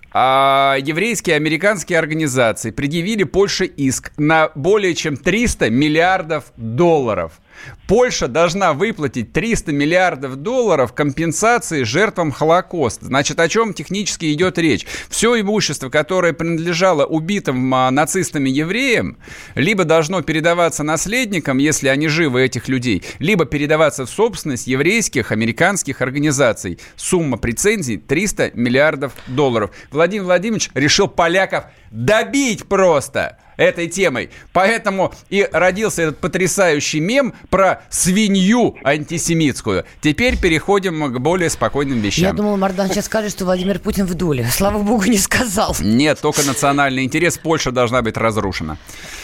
Speaker 1: а, еврейские и американские организации предъявили Польше иск на более чем триста миллиардов долларов. Польша должна выплатить триста миллиардов долларов компенсации жертвам Холокоста. Значит, о чем технически идет речь? Все имущество, которое принадлежало убитым а, нацистами евреям, либо должно передаваться наследникам, если они живы, этих людей, либо передаваться в собственность еврейских, американских организаций. Сумма претензий триста миллиардов долларов. Владимир Владимирович решил поляков добить просто этой темой. Поэтому и родился этот потрясающий мем про свинью антисемитскую. Теперь переходим к более спокойным вещам.
Speaker 2: Я думала, Мардан сейчас скажет, что Владимир Путин в дуле. Слава богу, не сказал.
Speaker 1: Нет, только национальный интерес. Польша должна быть разрушена.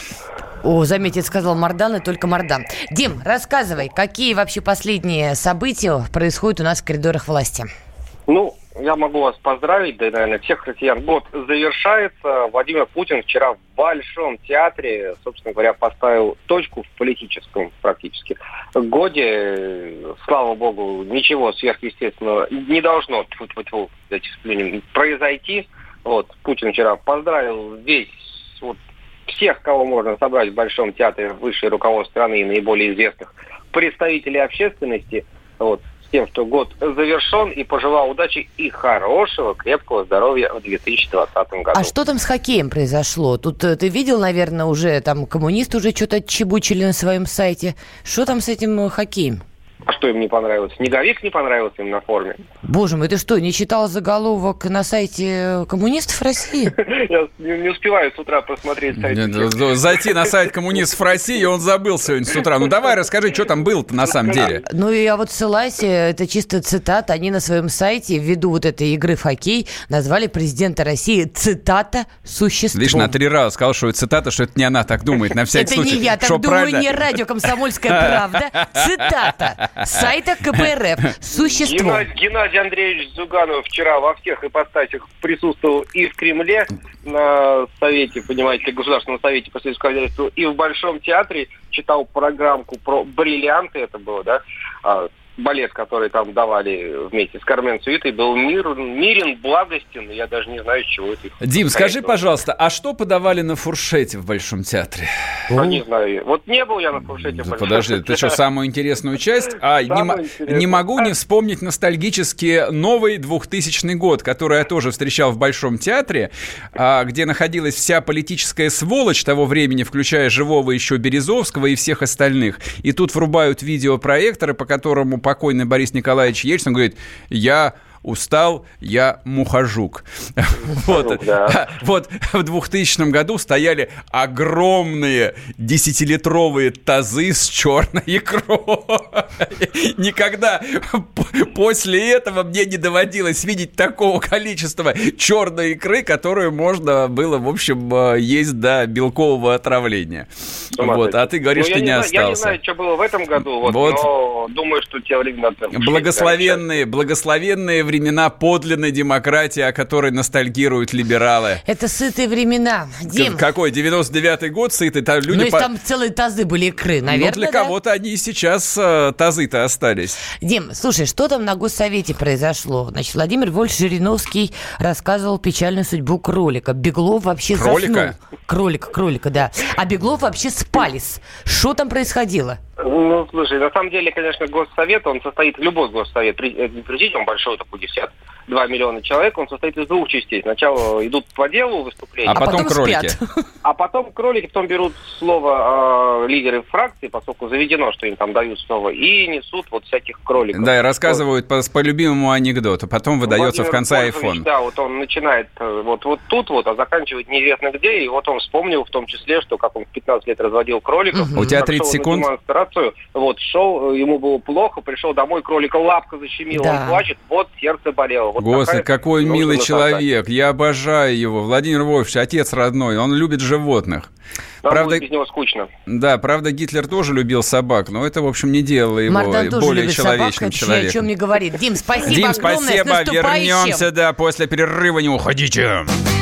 Speaker 2: О, заметьте, сказал Мардан, и только Мардан. Дим, рассказывай, какие вообще последние события происходят у нас в коридорах власти?
Speaker 11: Ну, я могу вас поздравить, да, наверное, всех россиян. Год завершается. Владимир Путин вчера в Большом театре, собственно говоря, поставил точку в политическом практически годе. Слава богу, ничего сверхъестественного не должно тьфу-тьфу-тьфу, произойти. Вот, Путин вчера поздравил весь, вот, всех, кого можно собрать в Большом театре, высшее руководство страны и наиболее известных представителей общественности, вот, с тем, что год завершен, и пожелал удачи и хорошего, крепкого здоровья в две тысячи двадцатом году.
Speaker 2: А что там с хоккеем произошло? Тут э, ты видел, наверное, уже там коммунисты уже что-то отчебучили на своем сайте. Что там с этим э, хоккеем?
Speaker 11: А что им не понравилось? Снеговик не понравился им на форме?
Speaker 2: Боже мой, ты что, не читал заголовок на сайте коммунистов России?
Speaker 11: Я не успеваю с утра просмотреть сайт.
Speaker 1: Зайти на сайт коммунистов России, он забыл сегодня с утра. Ну давай расскажи, что там было-то на самом деле.
Speaker 2: Ну и я вот ссылаюсь, это чисто цитата. Они на своем сайте ввиду вот этой игры в хоккей назвали президента России, цитата, существом.
Speaker 1: Видишь, на три раза сказал, что это цитата, что это не она так думает, на всякий
Speaker 2: это
Speaker 1: случай.
Speaker 2: Это не я так думаю, не радио «Комсомольская правда». Цитата. сайта ка пэ эр эф существует.
Speaker 11: Геннадий, Геннадий Андреевич Зюганов вчера во всех ипостасях присутствовал и в Кремле на совете, понимаете, Государственном совете по сельскому хозяйству, и в Большом театре читал программку про бриллианты, это было, да, балет, который там давали вместе с Кармен Суитой, был мир, мирен, благостен, я даже не знаю, с чего это.
Speaker 1: Дим, скажи, пожалуйста, а что подавали на фуршете в Большом театре?
Speaker 11: Ну, не знаю. Вот не был я на фуршете
Speaker 1: да
Speaker 11: в Большом
Speaker 1: Подожди,
Speaker 11: театре.
Speaker 1: ты что, самую интересную часть? А, не, не могу не вспомнить ностальгически новый двухтысячный год, который я тоже встречал в Большом театре, где находилась вся политическая сволочь того времени, включая живого еще Березовского и всех остальных. И тут врубают видеопроекторы, по которому покойный Борис Николаевич Ельцин говорит: я устал, я мухожук. Вот,
Speaker 11: да.
Speaker 1: Вот в двухтысячном году стояли огромные десятилитровые тазы с черной икрой. Никогда после этого мне не доводилось видеть такого количества черной икры, которую можно было, в общем, есть до белкового отравления. Вот, а ты говоришь,
Speaker 11: ну,
Speaker 1: что не, не остался.
Speaker 11: Я не знаю, что было в этом году, вот, вот. Но думаю, что те времена...
Speaker 1: Благословенные, благословенные времена подлинной демократии, о которой ностальгируют либералы.
Speaker 2: Это сытые времена, Дим.
Speaker 1: Какой? девяносто девятый год сытый? Там люди
Speaker 2: ну, если
Speaker 1: по...
Speaker 2: там целые тазы были икры, наверное,
Speaker 1: Ну, для
Speaker 2: да?
Speaker 1: кого-то они и сейчас э, тазы-то остались.
Speaker 2: Дим, слушай, что там на Госсовете произошло? Значит, Владимир Вольф Жириновский рассказывал печальную судьбу кролика. Беглов вообще
Speaker 1: кролика?
Speaker 2: заснул. Кролика? Кролика, да. А Беглов вообще спалис. Что там происходило?
Speaker 11: Ну, слушай, на самом деле, конечно, Госсовет, он состоит, любой Госсовет, президиум большой, такой, пятьдесят два миллиона человек, он состоит из двух частей. Сначала идут по делу выступления,
Speaker 1: а потом, потом кролики.
Speaker 2: Спят.
Speaker 11: А потом кролики, потом берут слово э, лидеры фракции, поскольку заведено, что им там дают слово, и несут вот всяких кроликов.
Speaker 1: Да, и рассказывают вот. по, по любимому анекдоту, потом выдается
Speaker 11: Владимир
Speaker 1: в конце айфон.
Speaker 11: Да, вот он начинает вот, вот тут вот, а заканчивает неизвестно где, и вот он вспомнил в том числе, что как он в пятнадцать лет разводил кроликов.
Speaker 1: У тебя тридцать секунд.
Speaker 11: Вот, шел, ему было плохо, пришел домой, кролика лапка защемила, да. Он плачет, вот сердце болело. Вот
Speaker 1: Господи, какой милый человек, я обожаю его. Владимир Вольфович, отец родной, он любит животных.
Speaker 11: Нам
Speaker 1: правда,
Speaker 11: будет без него скучно.
Speaker 1: Да, правда, Гитлер тоже любил собак, но это, в общем, не делало его
Speaker 2: Мардан
Speaker 1: более человечным
Speaker 2: собак,
Speaker 1: человеком.
Speaker 2: О чем не говорит. Дим, спасибо
Speaker 1: Дим,
Speaker 2: огромное,
Speaker 1: спасибо, вернемся, да, после перерыва, не уходите.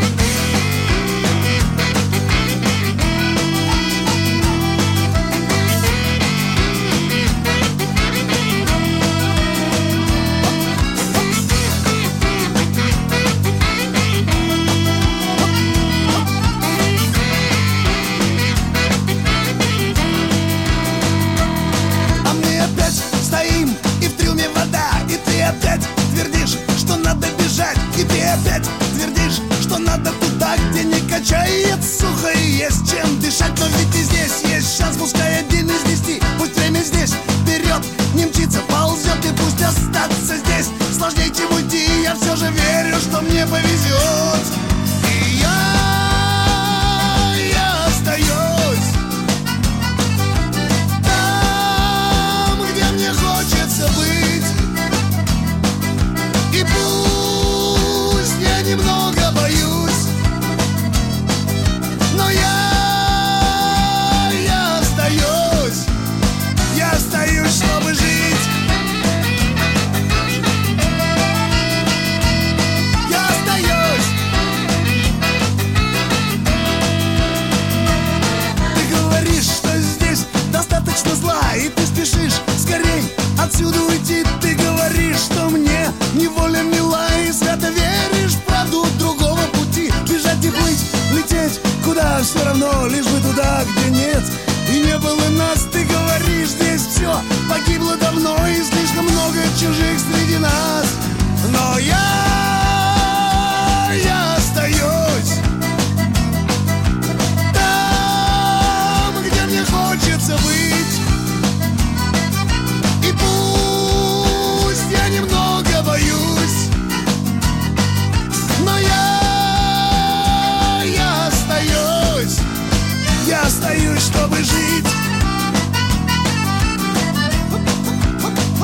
Speaker 12: Все равно, лишь бы туда, где нет и не было нас. Ты говоришь, здесь все погибло давно, и слишком много чужих среди нас. Но я, я остаюсь там, где мне хочется быть. И пусть я немного боюсь, но я Я остаюсь, чтобы жить.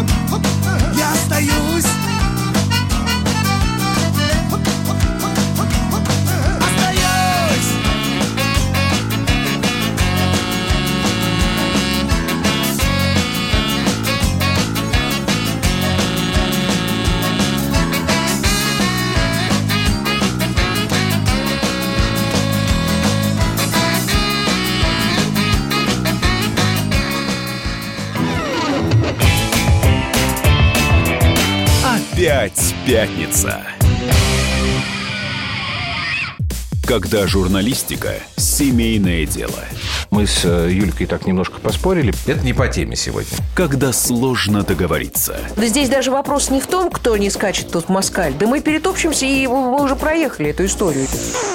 Speaker 12: Я остаюсь.
Speaker 4: Опять пятница. Когда журналистика – семейное дело.
Speaker 5: Мы с Юлькой так немножко поспорили. Это не по теме сегодня.
Speaker 4: Когда сложно договориться.
Speaker 13: Да здесь даже вопрос не в том, кто не скачет тут москаль. Да мы перетопчемся, и мы уже проехали эту историю.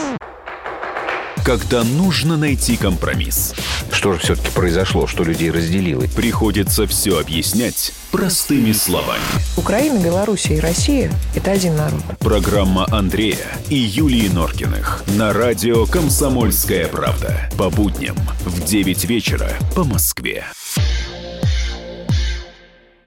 Speaker 4: Когда нужно найти компромисс.
Speaker 5: Что же все-таки произошло, что людей разделило?
Speaker 4: Приходится все объяснять простыми словами.
Speaker 13: Украина, Белоруссия и Россия – это один народ.
Speaker 4: Программа Андрея и Юлии Норкиных на радио «Комсомольская правда». По будням в девять вечера по Москве.